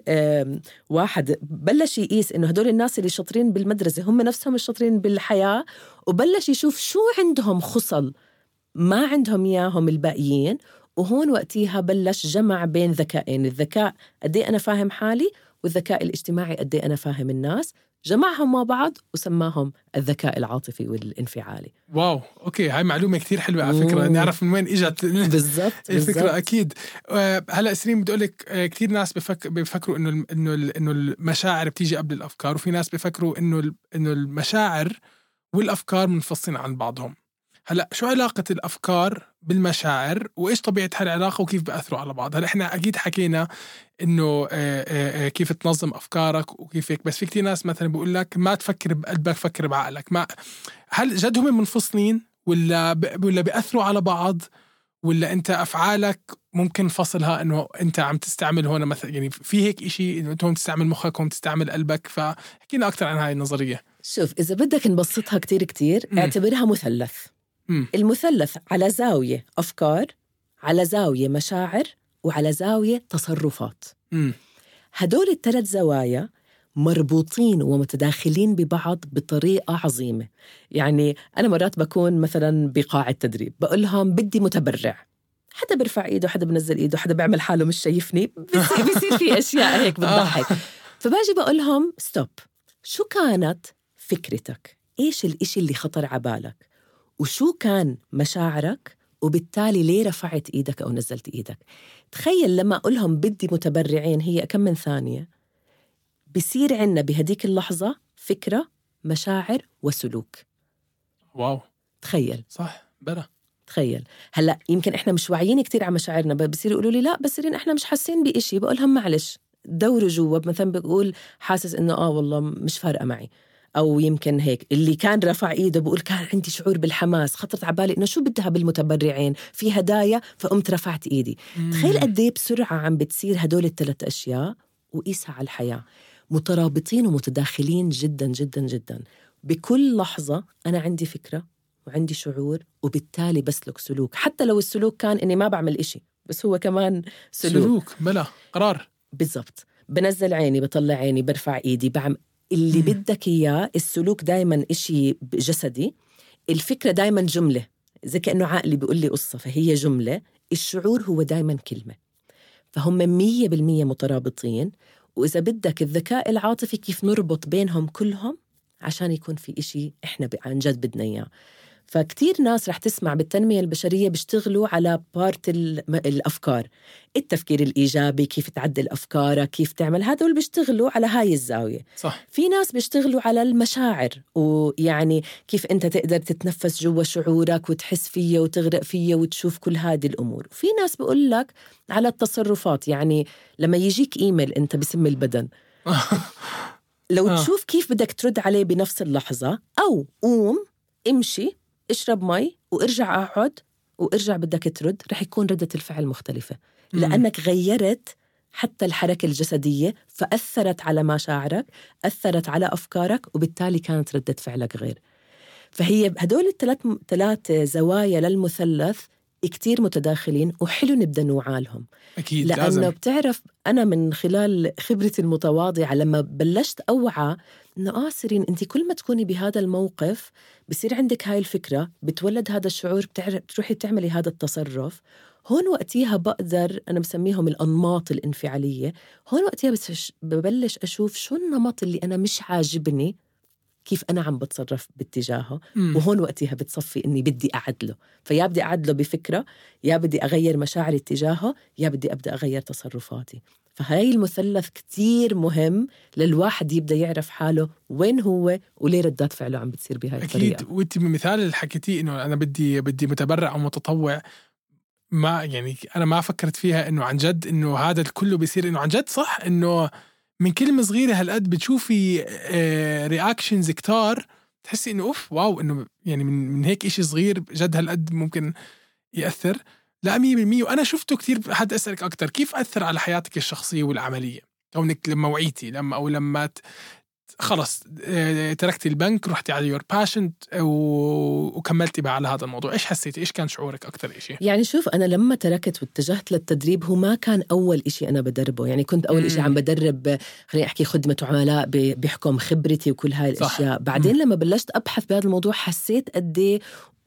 واحد بلش يقيس إنه هدول الناس اللي شاطرين بالمدرسة هم نفسهم الشاطرين بالحياة، وبلش يشوف شو عندهم خصل ما عندهم إياهم الباقيين. وهون وقتها بلش جمع بين ذكائين، الذكاء قدي أنا فاهم حالي والذكاء الاجتماعي قدي أنا فاهم الناس، جمعهم مع بعض وسماهم الذكاء العاطفي والانفعالي. واو، أوكي، هاي معلومة كتير حلوة على فكرة، نعرف من وين إجت بالضبط الفكرة. أكيد. هلأ سرين بدي أقولك كتير ناس بيفكروا إنه المشاعر بتيجي قبل الأفكار، وفي ناس بيفكروا إنه المشاعر والأفكار منفصلين عن بعضهم. هلأ شو علاقة الأفكار بالمشاعر وإيش طبيعة هالعلاقة وكيف بأثروا على بعض؟ هلأ إحنا أكيد حكينا إنه كيف تنظم أفكارك وكيف هيك، بس في كتير ناس مثلا بيقول لك ما تفكر بقلبك، فكر بعقلك. هل جدهم منفصلين ولا بيأثروا على بعض، ولا أنت أفعالك ممكن فصلها إنه أنت عم تستعمل هون مثلا، يعني في هيك إشي إنه أنت هم تستعمل مخك هم تستعمل قلبك؟ فحكينا أكتر عن هاي النظرية. شوف، إذا بدك نبسطها كتير اعتبرها مثلث. المثلث على زاوية أفكار، على زاوية مشاعر، وعلى زاوية تصرفات. هدول الثلاث زوايا مربوطين ومتداخلين ببعض بطريقة عظيمة. يعني أنا مرات بكون مثلا بقاعة تدريب بقولهم بدي متبرع، حدا برفع إيده، حدا بنزل إيده، حدا بيعمل حاله مش شايفني، بيصير في أشياء هيك بتضحك. فباجي بقولهم ستوب، شو كانت فكرتك؟ إيش الإشي اللي خطر عبالك؟ وشو كان مشاعرك؟ وبالتالي ليه رفعت إيدك أو نزلت إيدك؟ تخيل لما أقولهم بدي متبرعين، هي كم من ثانية بيصير عنا بهديك اللحظة فكرة، مشاعر، وسلوك. واو، تخيل. صح بلا تخيل. هلأ يمكن إحنا مش واعيين كتير على مشاعرنا، بصير يقولوا لي لا بس إحنا مش حاسين بإشي. بقولهم معلش دوروا جوا. مثلا بقول حاسس إنه والله مش فارقة معي، أو يمكن هيك اللي كان رفع إيده بقول كان عندي شعور بالحماس، خطرت عبالي إنه شو بدها بالمتبرعين، في هدايا، فقمت رفعت إيدي. تخيل قد إيه بسرعة عم بتصير هدول الثلاث أشياء، وقيسها على الحياة، مترابطين ومتداخلين جدا جدا جدا. بكل لحظة أنا عندي فكرة وعندي شعور، وبالتالي بسلك سلوك، حتى لو السلوك كان إني ما بعمل إشي، بس هو كمان سلوك بلا قرار. بالضبط. بنزل عيني، بطلع عيني، برفع إيدي، بعمل اللي بدك إياه. السلوك دايما إشي جسدي، الفكرة دايما جملة، زي كأنه عقلي بيقول لي قصة، فهي جملة. الشعور هو دايما كلمة. فهم 100% مترابطين. وإذا بدك الذكاء العاطفي كيف نربط بينهم كلهم، عشان يكون في إشي إحنا عن جد بدنا إياه. فكتير ناس رح تسمع بالتنمية البشرية بيشتغلوا على بارت الأفكار، التفكير الإيجابي، كيف تعدل أفكارك، كيف تعمل، هذول بيشتغلوا على هاي الزاوية. صح. في ناس بيشتغلوا على المشاعر، ويعني كيف أنت تقدر تتنفس جوا شعورك وتحس فيه وتغرق فيه وتشوف كل هذه الأمور. في ناس بيقول لك على التصرفات، يعني لما يجيك إيميل أنت باسم البدن لو تشوف كيف بدك ترد عليه بنفس اللحظة، أو قوم امشي اشرب مي وارجع اقعد وارجع بدك ترد، رح يكون ردة الفعل مختلفة لأنك غيرت حتى الحركة الجسدية، فأثرت على مشاعرك، أثرت على أفكارك، وبالتالي كانت ردة فعلك غير. فهي هدول الثلاث زوايا للمثلث كتير متداخلين، وحلو نبدأ نوعالهم. أكيد لأنه لازم. بتعرف أنا من خلال خبرتي المتواضعة لما بلشت أوعى إنه سيرين أنت كل ما تكوني بهذا الموقف بصير عندك هاي الفكرة، بتولد هذا الشعور، بتروحي تعملي هذا التصرف. هون وقتها بقدر، أنا بسميهم الأنماط الانفعالية، هون وقتها ببلش أشوف شو النمط اللي أنا مش عاجبني كيف أنا عم بتصرف باتجاهه. وهون وقتها بتصفي إني بدي أعدله، فيا بدي أعدله بفكرة، يا بدي أغير مشاعري اتجاهه، يا بدي أبدأ أغير تصرفاتي. فهاي المثلث كتير مهم للواحد يبدأ يعرف حاله وين هو وليه ردات فعله عم بتصير بهاي الطريقة. أكيد. وانت بمثال اللي حكيتيه إنه أنا بدي متبرع أو متطوع، ما يعني أنا ما فكرت فيها إنه عن جد إنه هذا الكله بيصير إنه عن جد صح، إنه من كلمة صغيرة هالقد بتشوفي رياكشنز كتار، تحسي إنه أوف واو، إنه يعني من هيك إشي صغير جد هالقد ممكن يأثر. لا 100%. وأنا شفته كتير. حد أسألك أكتر كيف أثر على حياتك الشخصية والعملية، كونك لما وعيتي لما خلص تركتي البنك رحتي على your passion وكملتي بقى على هذا الموضوع، إيش حسيتي؟ إيش كان شعورك أكتر إشي؟ يعني شوف، أنا لما تركت واتجهت للتدريب هو ما كان أول إشي أنا بدربه، يعني كنت أول إشي عم بدرب خليني أحكي خدمة عملاء بيحكم خبرتي وكل هاي الأشياء. بعدين لما بلشت أبحث بهذا الموضوع حسيت قديه،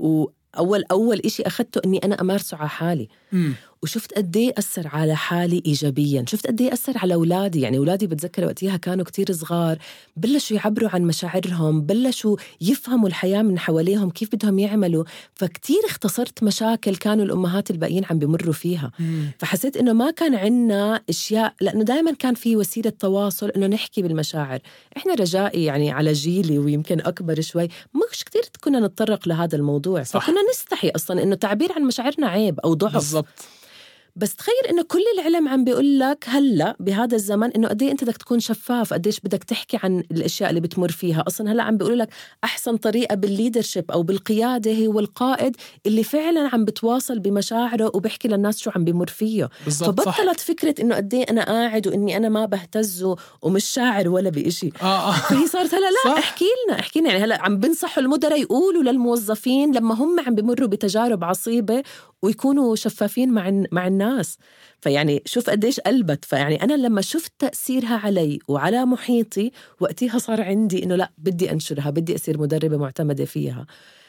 أول إشي أخذته إني أنا أمارسه على حالي. وشفت قديه أثر على حالي إيجابياً، شفت قديه أثر على أولادي. يعني أولادي بتذكر وقتها كانوا كتير صغار، بلشوا يعبروا عن مشاعرهم، بلشوا يفهموا الحياة من حواليهم كيف بدهم يعملوا. فكتير اختصرت مشاكل كانوا الأمهات الباقيين عم بيمروا فيها. فحسيت إنه ما كان عنا أشياء، لأنه دائماً كان في وسيلة تواصل إنه نحكي بالمشاعر. إحنا رجائي يعني على جيلي ويمكن أكبر شوي مش كتير كنا نتطرق لهذا الموضوع، فكنا نستحي أصلاً إنه تعبير عن مشاعرنا عيب أو ضعف. بالضبط. بس تخيل إنه كل العلم عم بيقول لك هلأ بهذا الزمن إنه قديه أنت بدك تكون شفاف، قديش بدك تحكي عن الأشياء اللي بتمر فيها. أصلا هلأ عم بيقول لك أحسن طريقة بالليدرشيب أو بالقيادة هو القائد اللي فعلا عم بتواصل بمشاعره وبحكي للناس شو عم بيمر فيه. فبطلت فكرة إنه قديه أنا قاعد وإني أنا ما بهتزه ومش شاعر ولا بإشي. فهي صارت هلأ لا، احكي لنا يعني هلأ عم بنصحوا المدراء يقولوا للموظفين لما هم عم بيمروا بتجارب عصيبة ويكونوا شفافين مع الناس. فيعني شوف قديش قلبت. فيعني أنا لما شفت تأثيرها علي وعلى محيطي وقتها صار عندي إنه لا، بدي أنشرها، بدي أصير مدربة معتمدة فيها.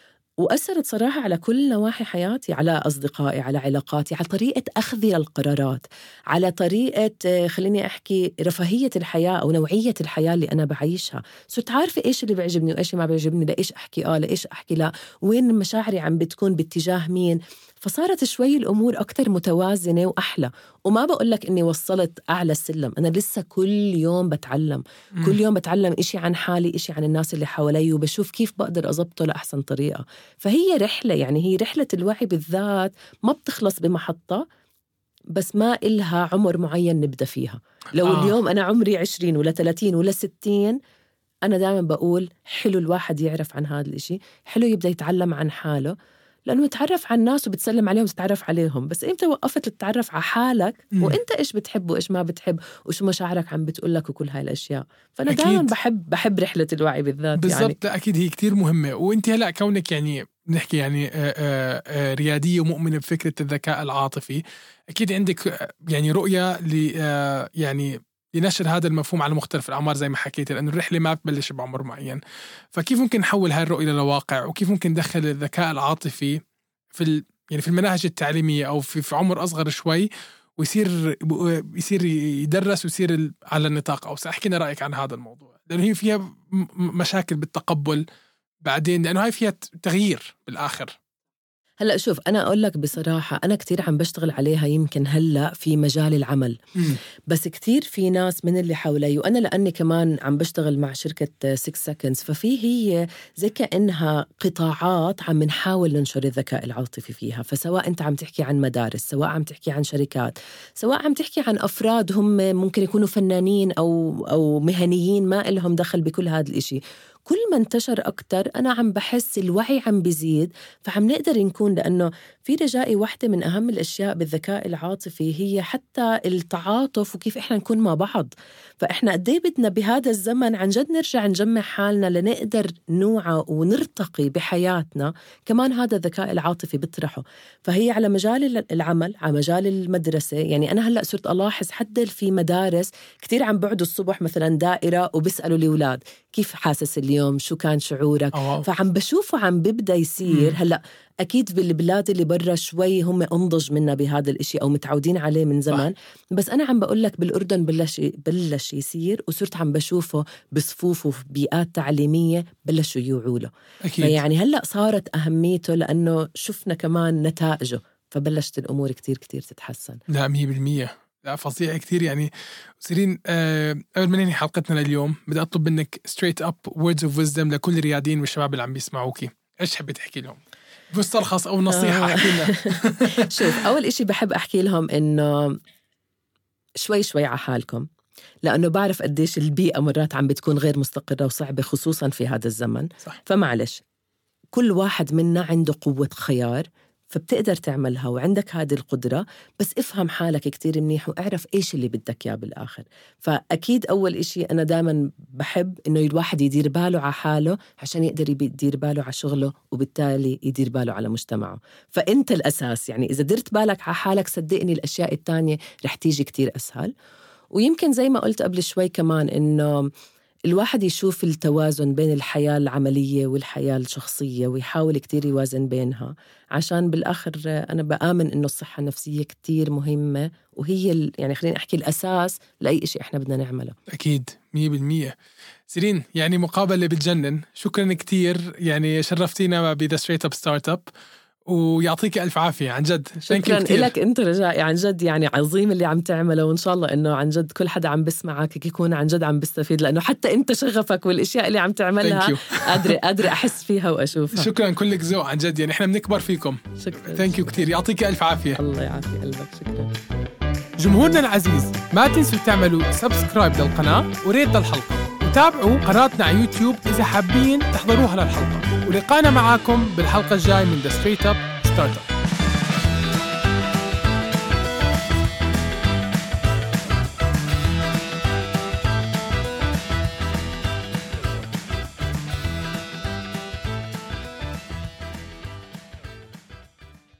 وأثرت صراحة على كل نواحي حياتي، على أصدقائي، على علاقاتي، على طريقة أخذي القرارات، على طريقة خليني أحكي رفاهية الحياة أو نوعية الحياة اللي أنا بعيشها. صرت عارفة إيش اللي بيعجبني وإيش ما بيعجبني، لإيش أحكي لإيش أحكي لا، وين مشاعري عم بتكون باتجاه مين. فصارت شوي الأمور أكتر متوازنة وأحلى. وما بقول لك إني وصلت أعلى السلم، أنا لسه كل يوم بتعلم. كل يوم بتعلم إشي عن حالي، إشي عن الناس اللي حوالي، وبشوف كيف بقدر أضبطه لأحسن طريقة. فهي رحلة، يعني هي رحلة الوعي بالذات ما بتخلص بمحطة، بس ما إلها عمر معين نبدأ فيها. لو اليوم أنا عمري 20 ولا 30 ولا 60، أنا دائما بقول حلو الواحد يعرف عن هذا الإشي، حلو يبدأ يتعلم عن حاله، لأنه يتعرف على الناس وبتسلم عليهم وتتعرف عليهم. بس إمتى وقفت تتعرف على حالك وإنت إيش بتحب وإيش ما بتحب وشو مشاعرك عم بتقولك وكل هاي الأشياء. فأنا دائما بحب رحلة الوعي بالذات. بالضبط. يعني أكيد هي كتير مهمة. وإنت هلأ كونك يعني نحكي يعني ريادية ومؤمنة بفكرة الذكاء العاطفي، أكيد عندك يعني رؤية يعني لنشر هذا المفهوم على مختلف الأعمار زي ما حكيت، لأن الرحلة ما بتبلش بعمر معين. فكيف ممكن نحول هاي الرؤية لواقع، وكيف ممكن ندخل الذكاء العاطفي يعني في المناهج التعليمية أو في عمر أصغر شوي، ويصير يدرس ويصير على النطاق أوسع. احكينا رأيك عن هذا الموضوع، لأنه هي فيها مشاكل بالتقبل بعدين، لأنه هاي فيها تغيير بالآخر. هلأ شوف، أنا أقول لك بصراحة أنا كتير عم بشتغل عليها يمكن هلأ في مجال العمل. بس كتير في ناس من اللي حولي، وأنا لأني كمان عم بشتغل مع شركة 6 seconds، ففي هي زي كأنها قطاعات عم نحاول ننشر الذكاء العاطفي فيها. فسواء أنت عم تحكي عن مدارس، سواء عم تحكي عن شركات، سواء عم تحكي عن أفراد هم ممكن يكونوا فنانين أو مهنيين ما إلهم دخل بكل هذا الإشي، كل ما انتشر أكتر أنا عم بحس الوعي عم بيزيد، فعم نقدر نكون، لأنه في رجائي واحدة من أهم الأشياء بالذكاء العاطفي هي حتى التعاطف وكيف إحنا نكون مع بعض. فإحنا قدي بدنا بهذا الزمن عن جد نرجع نجمع حالنا لنقدر نوعى ونرتقي بحياتنا. كمان هذا الذكاء العاطفي بيطرحه، فهي على مجال العمل، على مجال المدرسة. يعني أنا هلأ صرت ألاحظ حتى في مدارس كتير عم بعدوا الصبح مثلا دائرة وبيسألوا الأولاد كيف حاسس اليوم، شو كان شعورك. فعم بشوفه عم ببدأ يصير. هلأ أكيد بالبلاد اللي برا شوي هم أنضج منا بهذا الإشي أو متعودين عليه من زمان. بس أنا عم بقول لك بالأردن بلش يصير، وصرت عم بشوفه بصفوف وفي بيئات تعليمية بلشوا يوعوا له. فيعني هلأ صارت أهميته لأنه شفنا كمان نتائجه، فبلشت الأمور كتير كتير تتحسن. لا 100%، لا فظيع كتير. يعني سيرين، قبل ما ننهي حلقتنا اليوم بدي أطلب منك straight up words of wisdom لكل الريادين والشباب اللي عم بيسمعوكي. إيش حبي تحكي لهم؟ مستلخص أو نصيحة احكي لنا. شوف، أول إشي بحب أحكي لهم إنه شوي شوي على حالكم، لأنه بعرف قديش البيئة مرات عم بتكون غير مستقرة وصعبة خصوصاً في هذا الزمن. صح. فمعلش، كل واحد منا عنده قوة خيار، فبتقدر تعملها وعندك هذه القدرة. بس افهم حالك كتير منيح واعرف إيش اللي بدك إياه بالآخر. فأكيد أول إشي أنا دائما بحب إنه الواحد يدير باله على حاله عشان يقدر يدير باله على شغله، وبالتالي يدير باله على مجتمعه. فأنت الأساس، يعني إذا درت بالك على حالك صدقني الأشياء التانية رح تيجي كتير أسهل. ويمكن زي ما قلت قبل شوي كمان إنه الواحد يشوف التوازن بين الحياة العملية والحياة الشخصية ويحاول كتير يوازن بينها، عشان بالآخر أنا بآمن إنه الصحة النفسية كتير مهمة، وهي يعني خلينا أحكي الأساس لأي شيء إحنا بدنا نعمله. أكيد 100%. سيرين، يعني مقابلة بتجنن، شكرا كتير، يعني شرفتينا بذا ستريت اب ستارت اب، ويعطيك ألف عافية عن جد. شكرا لك أنت رجائي، عن جد يعني عظيم اللي عم تعمله، وإن شاء الله إنه عن جد كل حدا عم بسمعك يكون عن جد عم بستفيد، لأنه حتى أنت شغفك والأشياء اللي عم تعملها قادرة أحس فيها وأشوفها. شكرا، كلك ذوق عن جد، يعني إحنا بنكبر فيكم. شكرا. ثانك يو كتير، يعطيك ألف عافية. الله يعافي قلبك. شكرا. جمهورنا العزيز، ما تنسوا تعملوا سبسكرايب للقناة وريت للحلقة، وتابعوا قناتنا على يوتيوب إذا حابين تحضروها للحلقة. ولقانا معاكم بالحلقة الجاي من The Straight Up Startup.